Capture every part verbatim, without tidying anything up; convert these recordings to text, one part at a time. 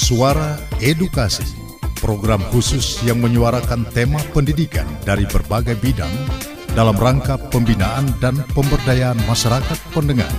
Suara Edukasi, program khusus yang menyuarakan tema pendidikan dari berbagai bidang dalam rangka pembinaan dan pemberdayaan masyarakat pendengar.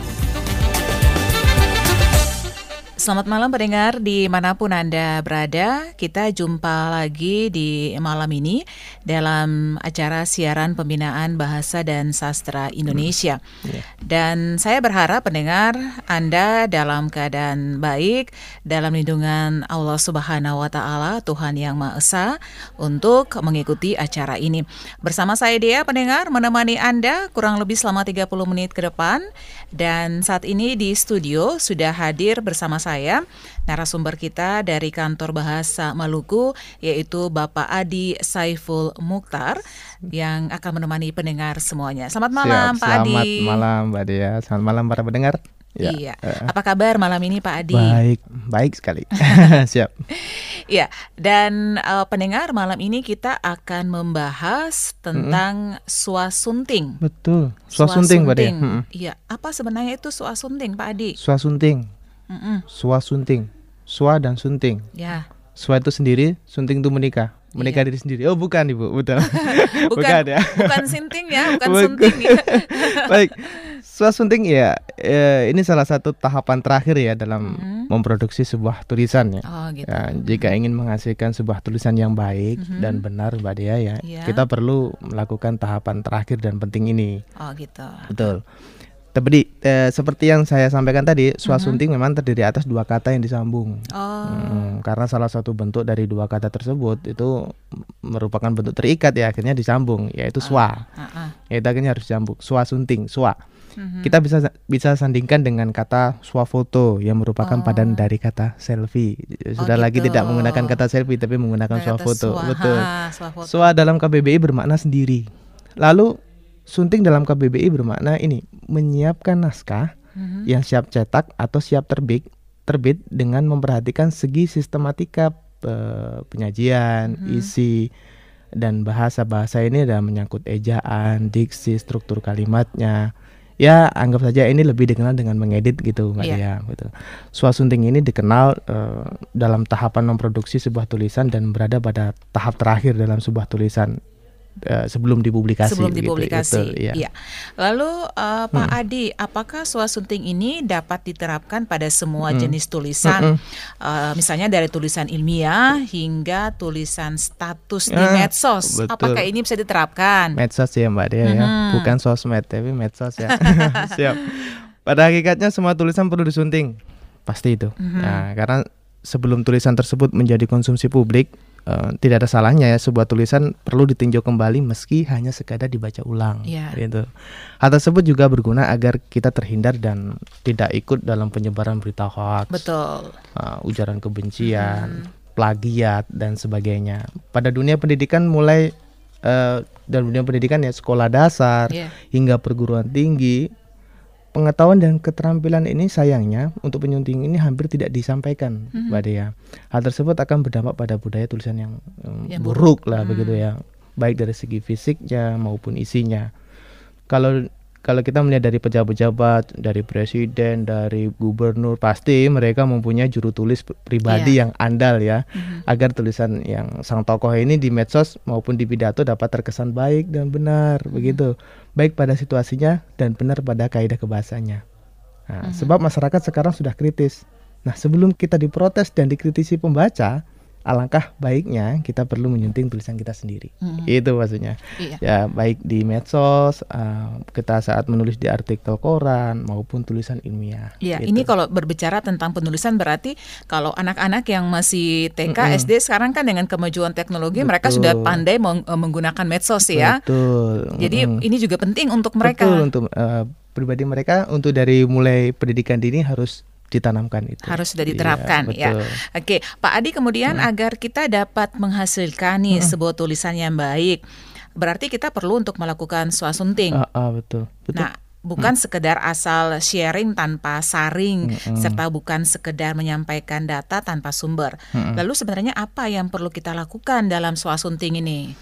Selamat malam pendengar dimanapun Anda berada. Kita jumpa lagi di malam ini dalam acara siaran pembinaan bahasa dan sastra Indonesia. Hmm. Yeah. Dan saya berharap pendengar Anda dalam keadaan baik, dalam lindungan Allah Subhanahu wa Ta'ala, Tuhan Yang Maha Esa, untuk mengikuti acara ini. Bersama saya Dea pendengar menemani Anda kurang lebih selama tiga puluh menit ke depan. Dan saat ini di studio sudah hadir bersama saya Saya, narasumber kita dari Kantor Bahasa Maluku, yaitu Bapak Adi Saiful Mukhtar, yang akan menemani pendengar semuanya. Selamat malam, Siap, Pak selamat Adi. Selamat malam, Mbak Dea. Selamat malam para pendengar. Ya. Iya. Uh, Apa kabar malam ini, Pak Adi? Baik, baik sekali. Siap. Iya. Dan uh, pendengar, malam ini kita akan membahas tentang mm-hmm. swasunting. Betul. Swasunting, Mbak Dea. Iya. Apa sebenarnya itu swasunting, Pak Adi? Swasunting. Mm-mm. Swa sunting, swa dan sunting. Ya. Swa itu sendiri, sunting itu menikah, menikah iya. diri sendiri. Oh bukan ibu, betul. bukan, bukan ya. Bukan sinting ya, bukan sunting ya. Baik, swa sunting ya, eh, ini salah satu tahapan terakhir ya dalam mm-hmm. memproduksi sebuah tulisan ya. Oh, gitu. Ya, jika ingin menghasilkan sebuah tulisan yang baik mm-hmm. dan benar Mbak Dea ya, yeah. kita perlu melakukan tahapan terakhir dan penting ini. Oh gitu. Betul. Tapi eh, seperti yang saya sampaikan tadi, swasunting uh-huh. memang terdiri atas dua kata yang disambung. Oh. Hmm, karena salah satu bentuk dari dua kata tersebut itu merupakan bentuk terikat ya, akhirnya disambung, yaitu swa. Uh-huh. Yaitu akhirnya harus disambung. Swasunting, swa. Uh-huh. Kita bisa bisa sandingkan dengan kata swafoto yang merupakan oh. padan dari kata selfie. Sudah oh, lagi gitu. Tidak menggunakan kata selfie tapi menggunakan swafoto. Swa. Betul. Ha, swafoto. Swa dalam K B B I bermakna sendiri. Lalu sunting dalam K B B I bermakna ini menyiapkan naskah mm-hmm. yang siap cetak atau siap terbit terbit dengan memperhatikan segi sistematika pe- penyajian, mm-hmm. isi dan bahasa-bahasa ini dan menyangkut ejaan, diksi, struktur kalimatnya. Ya, anggap saja ini lebih dikenal dengan mengedit gitu, Mbak yeah. Dea. Gitu. Swasunting ini dikenal uh, dalam tahapan memproduksi sebuah tulisan dan berada pada tahap terakhir dalam sebuah tulisan. Uh, sebelum dipublikasi. Sebelum dipublikasi, gitu, iya. Ya. Lalu uh, Pak hmm. Adi, apakah swasunting ini dapat diterapkan pada semua hmm. jenis tulisan, hmm. uh, misalnya dari tulisan ilmiah hingga tulisan status di ah, medsos? Betul. Apakah ini bisa diterapkan? Medsos ya Mbak Dea hmm. ya, bukan sosmed tapi medsos ya. Siap. Pada hakikatnya semua tulisan perlu disunting, pasti itu. Hmm. Nah, karena sebelum tulisan tersebut menjadi konsumsi publik, Uh, tidak ada salahnya ya sebuah tulisan perlu ditinjau kembali meski hanya sekadar dibaca ulang. Yeah. Gitu. Hal tersebut juga berguna agar kita terhindar dan tidak ikut dalam penyebaran berita hoax, betul, uh, ujaran kebencian, hmm. plagiat dan sebagainya. Pada dunia pendidikan mulai uh, dalam dunia pendidikan ya sekolah dasar yeah. hingga perguruan tinggi. Pengetahuan dan keterampilan ini sayangnya untuk penyunting ini hampir tidak disampaikan, mm-hmm. Mbak Dea. Hal tersebut akan berdampak pada budaya tulisan yang, um, yang buruk, buruk lah, mm. begitu ya, baik dari segi fisiknya maupun isinya. Kalau kalau kita melihat dari pejabat-pejabat, dari presiden, dari gubernur, pasti mereka mempunyai juru tulis pribadi yeah. yang andal ya, mm-hmm. agar tulisan yang sang tokoh ini di medsos maupun di pidato dapat terkesan baik dan benar, mm-hmm. begitu. Baik pada situasinya dan benar pada kaidah kebahasanya. Nah, mm-hmm. sebab masyarakat sekarang sudah kritis. Nah, sebelum kita diprotes dan dikritisi pembaca, alangkah baiknya kita perlu menyunting tulisan kita sendiri. Mm-hmm. Itu maksudnya. Iya. Ya, baik di medsos, uh, kita saat menulis di artikel koran maupun tulisan ilmiah. Iya, gitu. Ini kalau berbicara tentang penulisan berarti kalau anak-anak yang masih T K, mm-hmm. S D sekarang kan dengan kemajuan teknologi, betul. Mereka sudah pandai meng- menggunakan medsos ya. Betul. Jadi mm-hmm. ini juga penting untuk mereka. Betul, untuk uh, pribadi mereka, untuk dari mulai pendidikan dini harus ditanamkan itu. Harus sudah diterapkan ya. ya. Oke, Pak Adi kemudian hmm. agar kita dapat menghasilkan nih hmm. sebuah tulisan yang baik, berarti kita perlu untuk melakukan swasunting. Ah, ah, betul. betul. Nah, bukan hmm. sekedar asal sharing tanpa saring, hmm. serta bukan sekedar menyampaikan data tanpa sumber. Hmm. Lalu sebenarnya apa yang perlu kita lakukan dalam swasunting ini?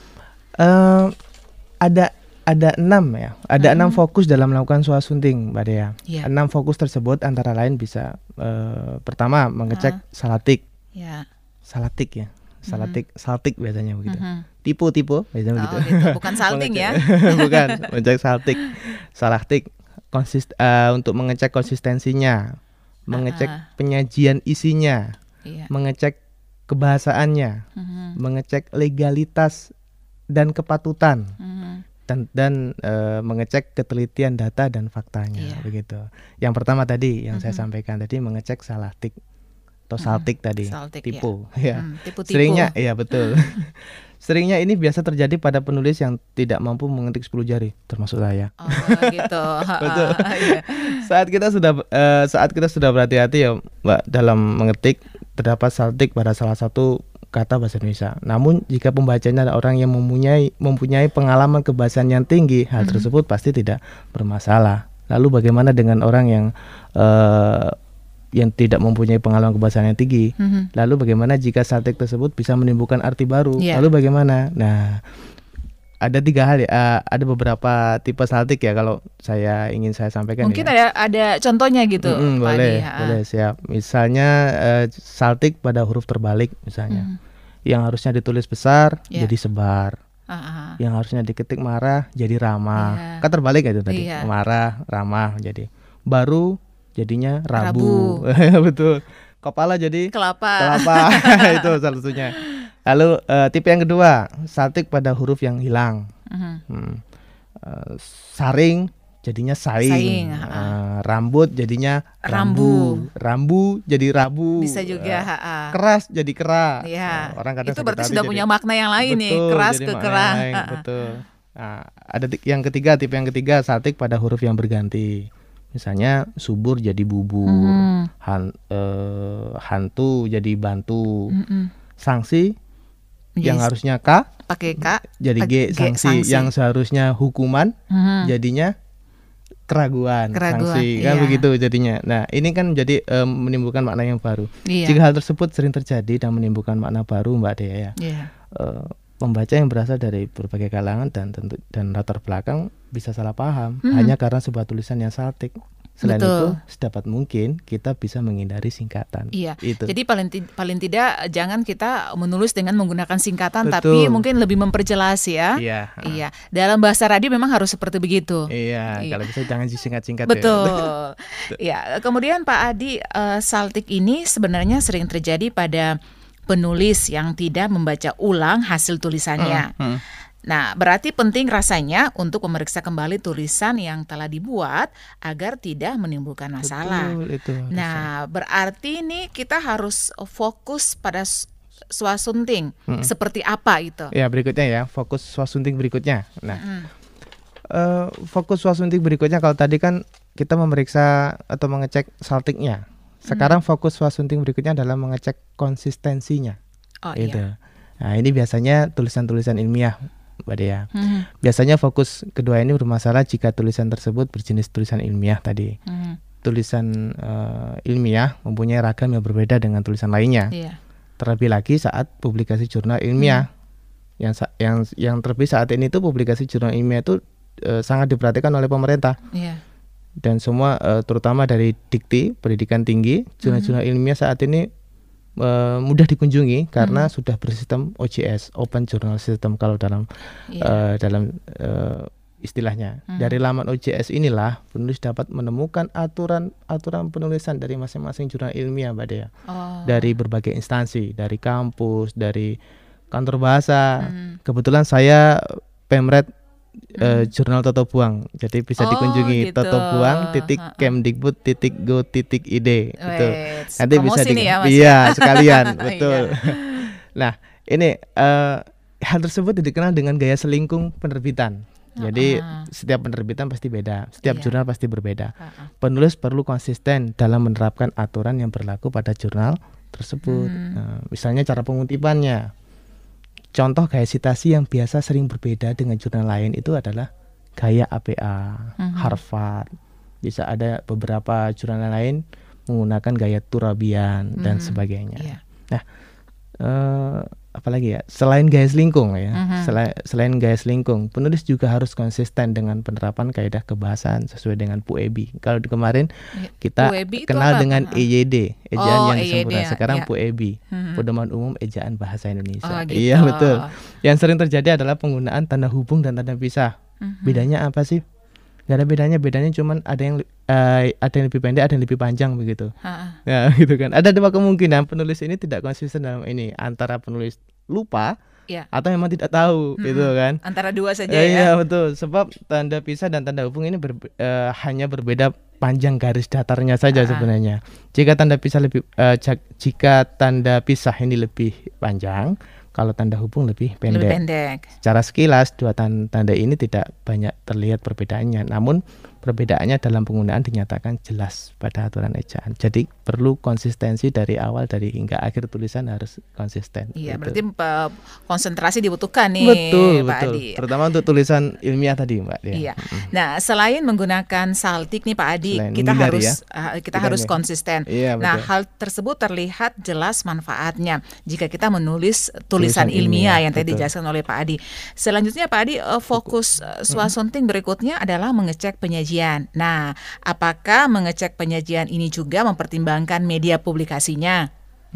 Uh, ada Ada enam ya, ada mm-hmm. enam fokus dalam melakukan swasunting, Mbak Dea. Yeah. Enam fokus tersebut antara lain bisa uh, pertama mengecek uh. salatik, Ya. Salatik ya. Salatik, mm-hmm. saltik biasanya begitu. Mm-hmm. Tipu-tipu biasanya oh, begitu. Gitu. Bukan salting ya. Bukan, mengecek saltik. Salaktik konsist uh, untuk mengecek konsistensinya, mengecek uh-uh. penyajian isinya, yeah. mengecek kebahasaannya, uh-huh. mengecek legalitas dan kepatutan, uh-huh. dan dan uh, mengecek ketelitian data dan faktanya, yeah. begitu. Yang pertama tadi yang uh-huh. saya sampaikan tadi mengecek salaktik atau saltik uh-huh. tadi, saltik, tipu, ya. Hmm, tipu-tipu. Seringnya, iya betul. Seringnya ini biasa terjadi pada penulis yang tidak mampu mengetik sepuluh jari, termasuk saya. Oh, gitu. Betul. Saat kita sudah uh, saat kita sudah berhati-hati ya, Mbak, dalam mengetik, terdapat saltik pada salah satu kata bahasa Indonesia. Namun jika pembacanya adalah orang yang mempunyai mempunyai pengalaman kebahasaan yang tinggi, hal mm-hmm. tersebut pasti tidak bermasalah. Lalu bagaimana dengan orang yang uh, yang tidak mempunyai pengalaman kebahasaan yang tinggi? Mm-hmm. Lalu bagaimana jika saltik tersebut bisa menimbulkan arti baru? Yeah. Lalu bagaimana? Nah, ada tiga hal ya, uh, ada beberapa tipe saltik ya kalau saya ingin saya sampaikan. Mungkin ya. ada ada contohnya gitu, mm-hmm, Pak boleh, Adi. Boleh, siap. Misalnya uh, saltik pada huruf terbalik misalnya, mm-hmm. yang harusnya ditulis besar yeah. jadi sebar, uh-huh. yang harusnya diketik marah jadi ramah, yeah. kan terbalik ya itu tadi, yeah. marah ramah jadi baru jadinya rabu, rabu. Betul. Kepala jadi kelapa, kelapa. Itu salah satunya. Lalu uh, tipe yang kedua, saltik pada huruf yang hilang. Uh-huh. hmm. uh, Saring jadinya saing, saing uh, rambut jadinya rambu. rambu, rambu jadi rabu. Bisa juga. Uh, keras jadi kera. Ya. Uh, orang kadang itu berarti sudah jadi, punya makna yang lain betul, nih, keras ke keras. Uh-uh. Betul. Nah, ada t- yang ketiga, tipe yang ketiga, saltik pada huruf yang berganti. Misalnya subur jadi bubur, hmm. han, uh, hantu jadi bantu, hmm. sanksi yes. yang harusnya K pakai K jadi G, sanksi. Sanksi yang seharusnya hukuman hmm. jadinya keraguan, keraguan sanksi kan iya. begitu jadinya. Nah ini kan jadi um, menimbulkan makna yang baru. Iya. Jika hal tersebut sering terjadi dan menimbulkan makna baru, Mbak Dea ya. Iya. Uh, Pembaca yang berasal dari berbagai kalangan dan tentu dan latar belakang bisa salah paham hmm. hanya karena sebuah tulisan yang saltik. Selain Betul. itu, sedapat mungkin kita bisa menghindari singkatan. Iya. Itu. Jadi paling ti- paling tidak jangan kita menulis dengan menggunakan singkatan, Betul. tapi mungkin lebih memperjelas ya. Iya. Iya. Dalam bahasa radio memang harus seperti begitu. Iya. iya. Kalau bisa jangan disingkat-singkat. Betul. Ya. Kemudian Pak Adi, uh, saltik ini sebenarnya sering terjadi pada penulis yang tidak membaca ulang hasil tulisannya. Hmm, hmm. Nah, berarti penting rasanya untuk memeriksa kembali tulisan yang telah dibuat agar tidak menimbulkan masalah. Betul, itu. Nah, berarti ini kita harus fokus pada swasunting. Hmm. Seperti apa itu? Ya, berikutnya ya, fokus swasunting berikutnya. Nah, hmm. uh, fokus swasunting berikutnya kalau tadi kan kita memeriksa atau mengecek saltiknya. Sekarang hmm. fokus swasunting berikutnya adalah mengecek konsistensinya. Oh gitu. iya. Nah ini biasanya tulisan-tulisan ilmiah, Mbak Dea. Hmm. Biasanya fokus kedua ini bermasalah jika tulisan tersebut berjenis tulisan ilmiah tadi. Hmm. Tulisan uh, ilmiah mempunyai ragam yang berbeda dengan tulisan lainnya. Yeah. Terlebih lagi saat publikasi jurnal ilmiah. Hmm. Yang yang yang terlebih saat ini tuh publikasi jurnal ilmiah itu uh, sangat diperhatikan oleh pemerintah. Yeah. Dan semua uh, terutama dari Dikti pendidikan tinggi, jurnal-jurnal mm-hmm. ilmiah saat ini uh, mudah dikunjungi karena mm-hmm. sudah bersistem O J S, Open Journal System kalau dalam yeah. uh, dalam uh, istilahnya. Mm-hmm. Dari laman O J S inilah penulis dapat menemukan aturan-aturan penulisan dari masing-masing jurnal ilmiah, Mbak Dea. Oh. Dari berbagai instansi, dari kampus, dari kantor bahasa. Mm-hmm. Kebetulan saya Pemret Uh, jurnal Toto Buang, jadi bisa oh, dikunjungi gitu. Toto Buang titik Kemdikbud titik go titik id itu nanti bisa di ya, iya sekalian betul. Nah ini uh, hal tersebut dikenal dengan gaya selingkung penerbitan. Jadi uh-uh. setiap penerbitan pasti beda, setiap yeah. jurnal pasti berbeda. Uh-uh. Penulis perlu konsisten dalam menerapkan aturan yang berlaku pada jurnal tersebut. Hmm. Nah, misalnya cara pengutipannya. Contoh gaya sitasi yang biasa sering berbeda dengan jurnal lain itu adalah gaya A P A, uh-huh. Harvard. Bisa ada beberapa jurnal lain menggunakan gaya Turabian uh-huh. dan sebagainya. Yeah. Nah, uh, apalagi ya, selain gaya selingkung ya, Mm-hmm. selain, selain gaya selingkung, penulis juga harus konsisten dengan penerapan kaidah kebahasaan sesuai dengan P U E B I. Kalau di kemarin kita P U E B I itu kenal apa? dengan E Y D, ejaan Oh, yang E Y D, disempurna. Sekarang ya. P U E B I, Mm-hmm. Pedoman Umum Ejaan Bahasa Indonesia. Oh, gitu. Iya betul. Yang sering terjadi adalah penggunaan tanda hubung dan tanda pisah. Mm-hmm. Bedanya apa sih? Gak ada bedanya, bedanya cuman ada yang uh, ada yang lebih pendek, ada yang lebih panjang begitu. Ha-ha. Ya gitu kan. Ada dua kemungkinan penulis ini tidak konsisten dalam ini, antara penulis lupa Ya. atau memang tidak tahu, Mm-mm. gitu kan. Antara dua saja Eh, ya. Iya betul. Sebab tanda pisah dan tanda hubung ini ber, uh, hanya berbeda panjang garis datarnya saja Ah. sebenarnya. Jika tanda pisah lebih uh, jak- jika tanda pisah ini lebih panjang, kalau tanda hubung lebih pendek. Lebih pendek. Secara sekilas dua tan- tanda ini tidak banyak terlihat perbedaannya, namun perbedaannya dalam penggunaan dinyatakan jelas pada aturan ejaan. Jadi perlu konsistensi dari awal dari hingga akhir tulisan harus konsisten. Iya, gitu. berarti uh, konsentrasi dibutuhkan nih, Betul, Pak betul. Adi. Terutama untuk tulisan ilmiah tadi, Mbak. Dia. Iya. Nah, selain menggunakan saltik nih Pak Adi, Selain kita menghindari harus ya. uh, kita Kita harus nih. konsisten. Iya, Nah, betul. hal tersebut terlihat jelas manfaatnya jika kita menulis tulisan, Tulisan ilmiah, ilmiah, yang tadi betul. dijelaskan oleh Pak Adi. Selanjutnya Pak Adi, uh, fokus uh, swasembada berikutnya adalah mengecek penyajian. Nah, apakah mengecek penyajian ini juga mempertimbangkan media publikasinya?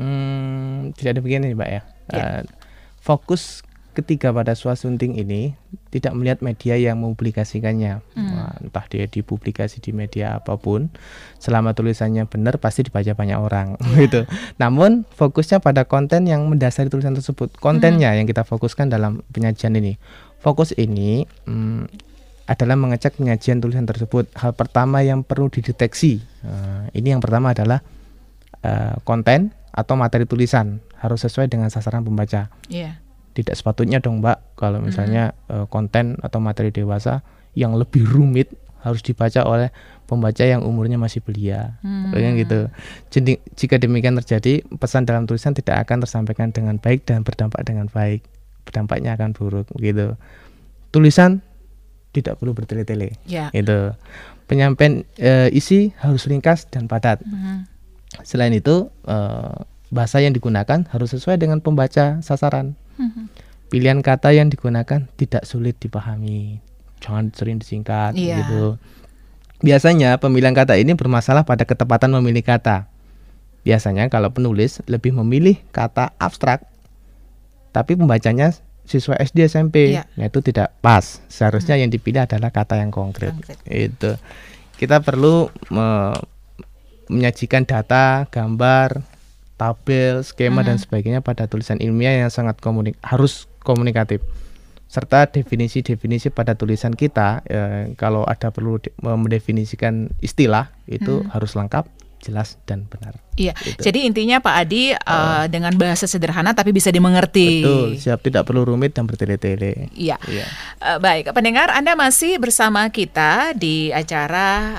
Hmm, tidak ada begini, Mbak ya. Ya. Uh, fokus ketiga pada swasunting ini tidak melihat media yang mempublikasikannya. Hmm. Wah, entah dia dipublikasi di media apapun, selama tulisannya benar pasti dibaca banyak orang, Ya. gitu. Namun fokusnya pada konten yang mendasari tulisan tersebut. Kontennya yang kita fokuskan dalam penyajian ini. Fokus ini hmm, adalah mengecek penyajian tulisan tersebut. Hal pertama yang perlu dideteksi, uh, ini yang pertama adalah uh, konten atau materi tulisan harus sesuai dengan sasaran pembaca. Iya. Tidak sepatutnya dong Mbak kalau misalnya uh, konten atau materi dewasa yang lebih rumit harus dibaca oleh pembaca yang umurnya masih belia, Hmm. kan gitu. Jadi jika demikian terjadi, pesan dalam tulisan tidak akan tersampaikan dengan baik dan berdampak dengan baik. Berdampaknya akan buruk, gitu. Tulisan tidak perlu bertele-tele, Ya. gitu. Penyampaian uh, isi harus ringkas dan padat. Hmm. Selain itu, uh, bahasa yang digunakan harus sesuai dengan pembaca sasaran. Hmm. Pilihan kata yang digunakan tidak sulit dipahami. Jangan sering disingkat, Iya. gitu. Biasanya pemilihan kata ini bermasalah pada ketepatan memilih kata. Biasanya kalau penulis lebih memilih kata abstrak, tapi pembacanya siswa S D S M P, Iya. nah itu tidak pas. Seharusnya yang dipilih adalah kata yang konkret. Konkret. Itu. Kita perlu me- menyajikan data, gambar, tabel, skema Hmm. dan sebagainya pada tulisan ilmiah yang sangat komunik harus komunikatif, serta definisi-definisi pada tulisan kita. Eh, kalau ada perlu de- mendefinisikan istilah itu Hmm. harus lengkap, jelas dan benar. Iya, Gitu. jadi intinya Pak Adi uh, dengan bahasa sederhana tapi bisa dimengerti. Betul, siap, tidak perlu rumit dan bertele-tele. Iya. Iya. Uh, baik, pendengar, Anda masih bersama kita di acara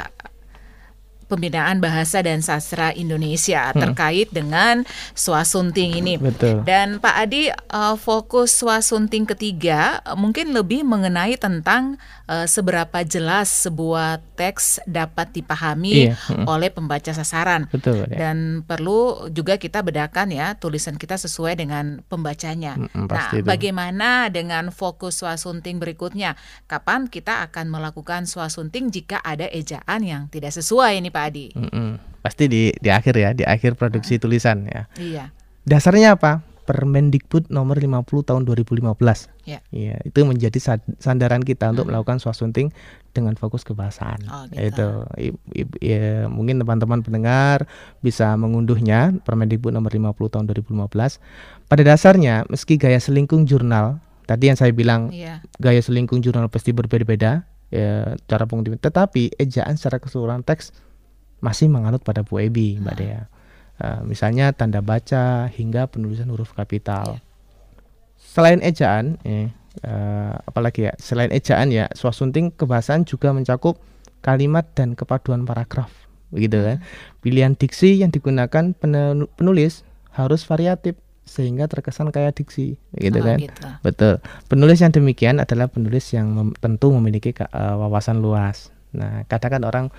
Pembinaan Bahasa dan Sastra Indonesia Hmm. terkait dengan swasunting ini. Betul. Dan Pak Adi, uh, fokus swasunting ketiga uh, mungkin lebih mengenai tentang uh, seberapa jelas sebuah teks dapat dipahami Iya, mm. oleh pembaca sasaran. Betul. Ya. Dan perlu juga kita bedakan ya tulisan kita sesuai dengan pembacanya. Mm-mm, Nah, pasti itu. bagaimana dengan fokus swasunting berikutnya? Kapan kita akan melakukan swasunting jika ada ejaan yang tidak sesuai ini Pak Adi? Mm-mm. Pasti di di akhir ya, di akhir produksi tulisan ya. Iya. Dasarnya apa? Permendikbud nomor lima puluh tahun dua ribu lima belas. Ya. Iya, itu menjadi sad- sandaran kita untuk Hmm. melakukan swasunting dengan fokus kebahasaan. Oh, gitu. Itu i- i- ya, mungkin teman-teman pendengar bisa mengunduhnya, Permendikbud nomor lima puluh tahun dua ribu lima belas. Pada dasarnya meski gaya selingkung jurnal, tadi yang saya bilang Iya. gaya selingkung jurnal pasti berbeda-beda ya, cara pengutipan, tetapi ejaan secara keseluruhan teks masih menganut pada P U E B I, Mbak Dea. Uh, misalnya tanda baca hingga penulisan huruf kapital. Selain ejaan, eh, uh, apalagi ya, selain ejaan ya, swasunting kebahasaan juga mencakup kalimat dan kepaduan paragraf, begitu kan? Pilihan diksi yang digunakan penenu- penulis harus variatif sehingga terkesan kayak diksi, gitu Oh, kan? gitu. Betul. Penulis yang demikian adalah penulis yang mem- tentu memiliki ka- uh, wawasan luas. Nah, kadang kan orang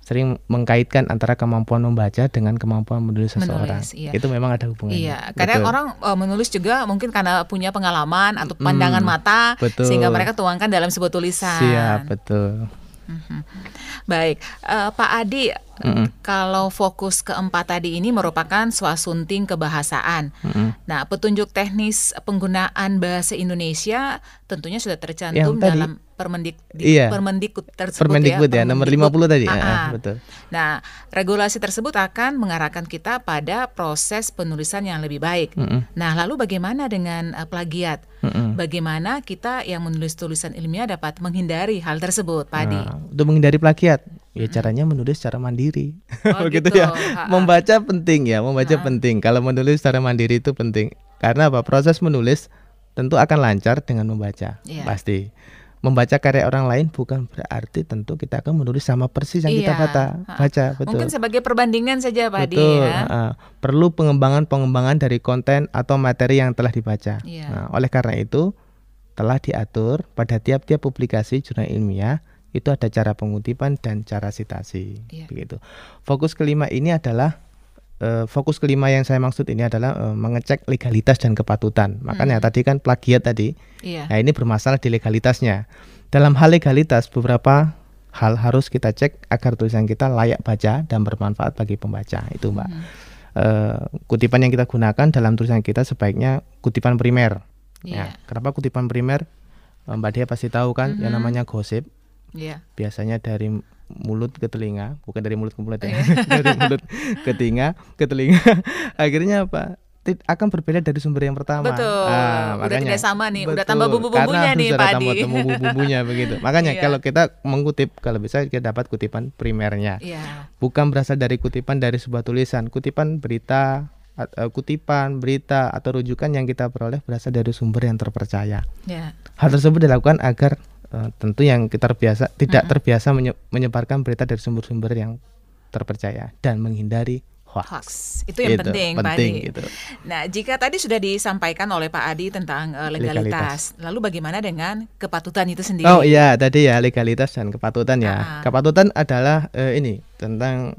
sering mengkaitkan antara kemampuan membaca dengan kemampuan menulis seseorang. Menulis, iya. Itu memang ada hubungannya. Iya, karena Betul. orang uh, menulis juga mungkin karena punya pengalaman atau pandangan hmm, mata, betul. Sehingga mereka tuangkan dalam sebuah tulisan. Siap, betul. Mm-hmm. Baik, uh, Pak Adi, mm-hmm. kalau fokus keempat tadi ini merupakan swasunting kebahasaan. Mm-hmm. Nah, petunjuk teknis penggunaan bahasa Indonesia tentunya sudah tercantum dalam Permendik, iya. Permendikbud tersebut Permendikbud ya, ya, nomor lima puluh tadi. Ya, betul. Nah, regulasi tersebut akan mengarahkan kita pada proses penulisan yang lebih baik. Mm-hmm. Nah, lalu bagaimana dengan uh, plagiat? Mm-hmm. Bagaimana kita yang menulis tulisan ilmiah dapat menghindari hal tersebut, Pak Adi? Nah, untuk menghindari plagiat, ya mm-hmm. caranya menulis secara mandiri. Oh, gitu gitu ya. Ha-ha. Membaca penting ya, membaca Ha-ha. penting. Kalau menulis secara mandiri itu penting. Karena apa? Proses menulis tentu akan lancar dengan membaca, yeah. pasti. Membaca karya orang lain bukan berarti tentu kita akan menulis sama persis yang iya. kita baca, baca, betul. Mungkin sebagai perbandingan saja, Pak Adi. Betul. Ya? Uh, perlu pengembangan-pengembangan dari konten atau materi yang telah dibaca. Iya. Nah, oleh karena itu telah diatur pada tiap-tiap publikasi jurnal ilmiah itu ada cara pengutipan dan cara sitasi. Iya. Begitu. Fokus kelima ini adalah uh, fokus kelima yang saya maksud ini adalah uh, mengecek legalitas dan kepatutan. Makanya hmm. tadi kan plagiat tadi. Iya. Nah, ini bermasalah di legalitasnya. Dalam hal legalitas beberapa hal harus kita cek agar tulisan kita layak baca dan bermanfaat bagi pembaca. Itu, Mbak. Hmm. Uh, kutipan yang kita gunakan dalam tulisan kita sebaiknya kutipan primer. Iya. Ya, kenapa kutipan primer? Mbak Dia pasti tahu kan, mm-hmm. yang namanya gosip. Iya. Biasanya dari mulut ke telinga, bukan dari mulut ke mulut ya, dari mulut ke telinga, ke telinga. Akhirnya apa? Akan berbeda dari sumber yang pertama. Betul. Nah, udah makanya, tidak sama nih, betul, udah tambah bumbu-bumbunya nih, Pak Adi. Karena tambah bumbu-bumbunya begitu. Makanya iya. kalau kita mengutip, kalau bisa kita dapat kutipan primernya. Iya. Bukan berasal dari kutipan dari sebuah tulisan, kutipan berita, uh, kutipan berita atau rujukan yang kita peroleh berasal dari sumber yang terpercaya. Iya. Hal tersebut dilakukan agar uh, tentu yang kita terbiasa tidak uh-huh. terbiasa menye- menyebarkan berita dari sumber-sumber yang terpercaya dan menghindari hoax. Hoax. Itu yang itu, penting, penting Pak Adi. gitu. Nah, jika tadi sudah disampaikan oleh Pak Adi tentang uh, legalitas, legalitas, lalu bagaimana dengan kepatutan itu sendiri? Oh iya, tadi ya legalitas dan kepatutan ya. Ah. Kepatutan adalah uh, ini tentang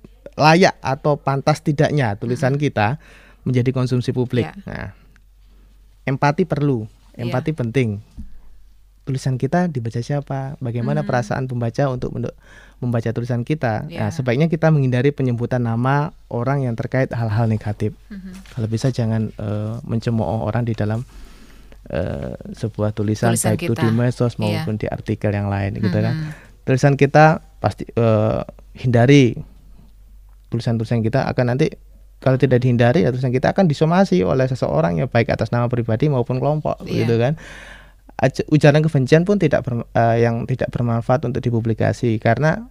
layak atau pantas tidaknya tulisan hmm. kita menjadi konsumsi publik. Ya. Nah, empati perlu, empati ya. penting. Tulisan kita dibaca siapa? Bagaimana hmm. perasaan pembaca untuk membaca tulisan kita? Yeah. Nah, sebaiknya kita menghindari penyebutan nama orang yang terkait hal-hal negatif. Mm-hmm. Kalau bisa jangan uh, mencemooh orang di dalam uh, sebuah tulisan, tulisan baik kita. Itu di medsos maupun yeah. di artikel yang lain, gitu mm-hmm. kan? Tulisan kita pasti uh, hindari tulisan-tulisan kita akan nanti kalau tidak dihindari, ya tulisan kita akan disomasi oleh seseorang ya baik atas nama pribadi maupun kelompok, yeah. gitu kan? Ujaran kebencian pun tidak ber, uh, yang tidak bermanfaat untuk dipublikasi karena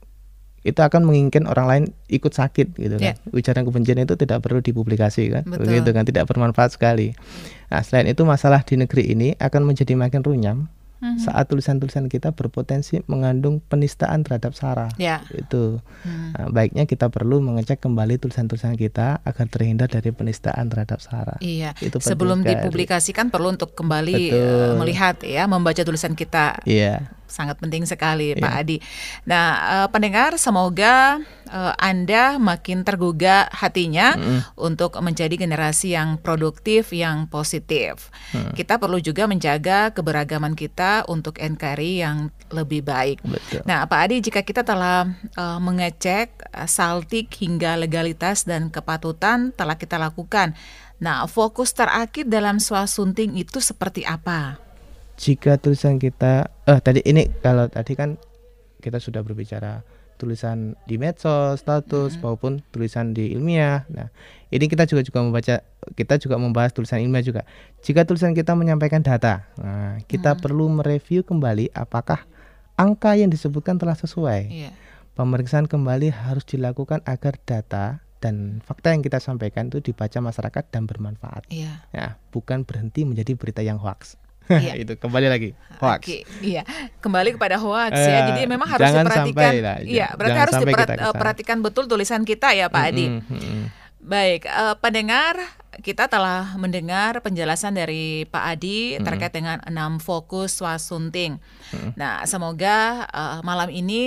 itu akan menginginkan orang lain ikut sakit gitu kan. Yeah. Ujaran kebencian itu tidak perlu dipublikasi kan. Betul. Begitu kan, tidak bermanfaat sekali. Nah, selain itu masalah di negeri ini akan menjadi makin runyam mm-hmm. saat tulisan-tulisan kita berpotensi mengandung penistaan terhadap sara. Yeah. Itu. Mm. Nah, baiknya kita perlu mengecek kembali tulisan-tulisan kita agar terhindar dari penistaan terhadap sara. Iya. Itu sebelum sekali. Dipublikasikan perlu untuk kembali uh, melihat ya, membaca tulisan kita. Iya. Sangat penting sekali, yeah. Pak Adi. Nah, uh, pendengar, semoga uh, Anda makin tergugah hatinya mm. untuk menjadi generasi yang produktif, yang positif. Mm. Kita perlu juga menjaga keberagaman kita untuk N K R I yang lebih baik. Betul. Nah, Pak Adi, jika kita telah uh, mengecek uh, saltik hingga legalitas dan kepatutan telah kita lakukan. Nah, fokus terakhir dalam swasunting itu seperti apa? Jika tulisan kita, eh tadi ini kalau tadi kan kita sudah berbicara tulisan di medsos, status mm-hmm. maupun tulisan di ilmiah. Nah, ini kita juga juga membaca, kita juga membahas tulisan ilmiah juga. Jika tulisan kita menyampaikan data, nah kita mm-hmm. perlu mereview kembali apakah angka yang disebutkan telah sesuai. Yeah. Pemeriksaan kembali harus dilakukan agar data dan fakta yang kita sampaikan itu dibaca masyarakat dan bermanfaat. Yeah. Nah, bukan berhenti menjadi berita yang hoax. Iya. Itu kembali lagi hoax. Oke, iya, kembali kepada hoax eh, ya. Jadi memang harus diperhatikan. Lah, iya, berarti harus diperhatikan betul tulisan kita ya, Pak Adi. Mm-hmm, mm-hmm. Baik, uh, pendengar, kita telah mendengar penjelasan dari Pak Adi mm-hmm. terkait dengan enam fokus swasunting. Mm-hmm. Nah, semoga uh, malam ini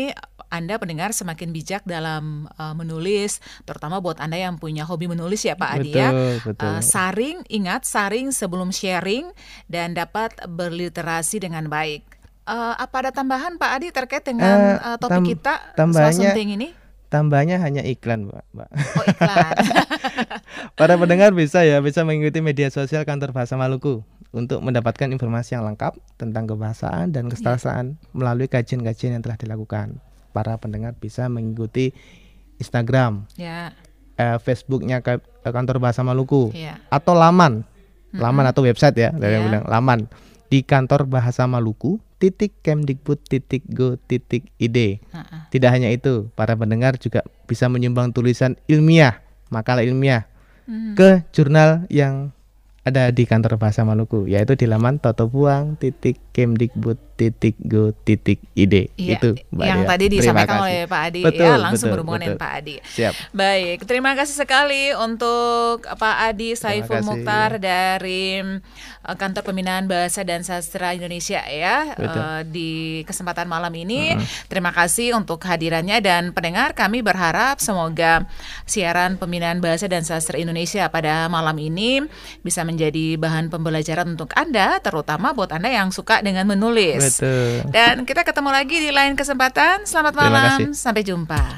Anda pendengar semakin bijak dalam uh, menulis, terutama buat Anda yang punya hobi menulis ya Pak Adi betul, ya. Betul. Uh, saring, ingat saring sebelum sharing dan dapat berliterasi dengan baik. Uh, apa ada tambahan Pak Adi terkait dengan uh, topik tam- kita soal sunting ini? Tambahnya hanya iklan, Mbak. Mbak. Oh, iklan. Para pendengar bisa ya, bisa mengikuti media sosial Kantor Bahasa Maluku untuk mendapatkan informasi yang lengkap tentang kebahasaan dan kestaraan yeah. melalui kajian-kajian yang telah dilakukan. Para pendengar bisa mengikuti Instagram, yeah. eh, Facebooknya Kantor Bahasa Maluku, yeah. atau laman, mm-hmm. laman atau website ya, dari yeah. yang bilang laman di Kantor Bahasa Maluku titik kemdikbud titik go titik id. Uh-uh. Tidak hanya itu, para pendengar juga bisa menyumbang tulisan ilmiah, makalah ilmiah mm-hmm. ke jurnal yang ada di Kantor Bahasa Maluku, yaitu di laman totobuang titik kemdikbud titik go titik id. Iya, itu Mbak yang Dea. tadi disampaikan oleh Pak Adi, betul, ya langsung betul, berhubungan betul. dengan Pak Adi. Siap. Baik, terima kasih sekali untuk Pak Adi Saiful Mukhtar dari uh, Kantor Pembinaan Bahasa dan Sastra Indonesia ya uh, di kesempatan malam ini. Uh-huh. Terima kasih untuk kehadirannya dan pendengar, kami berharap semoga siaran Pembinaan Bahasa dan Sastra Indonesia pada malam ini bisa menjadi bahan pembelajaran untuk Anda, terutama buat Anda yang suka dengan menulis. Betul. Dan kita ketemu lagi di lain kesempatan. Selamat malam, sampai jumpa.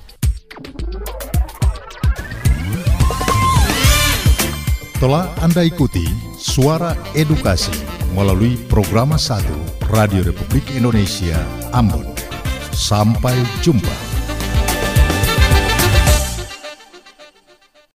Telah Anda ikuti Suara Edukasi melalui Programa satu Radio Republik Indonesia Ambon. Sampai jumpa.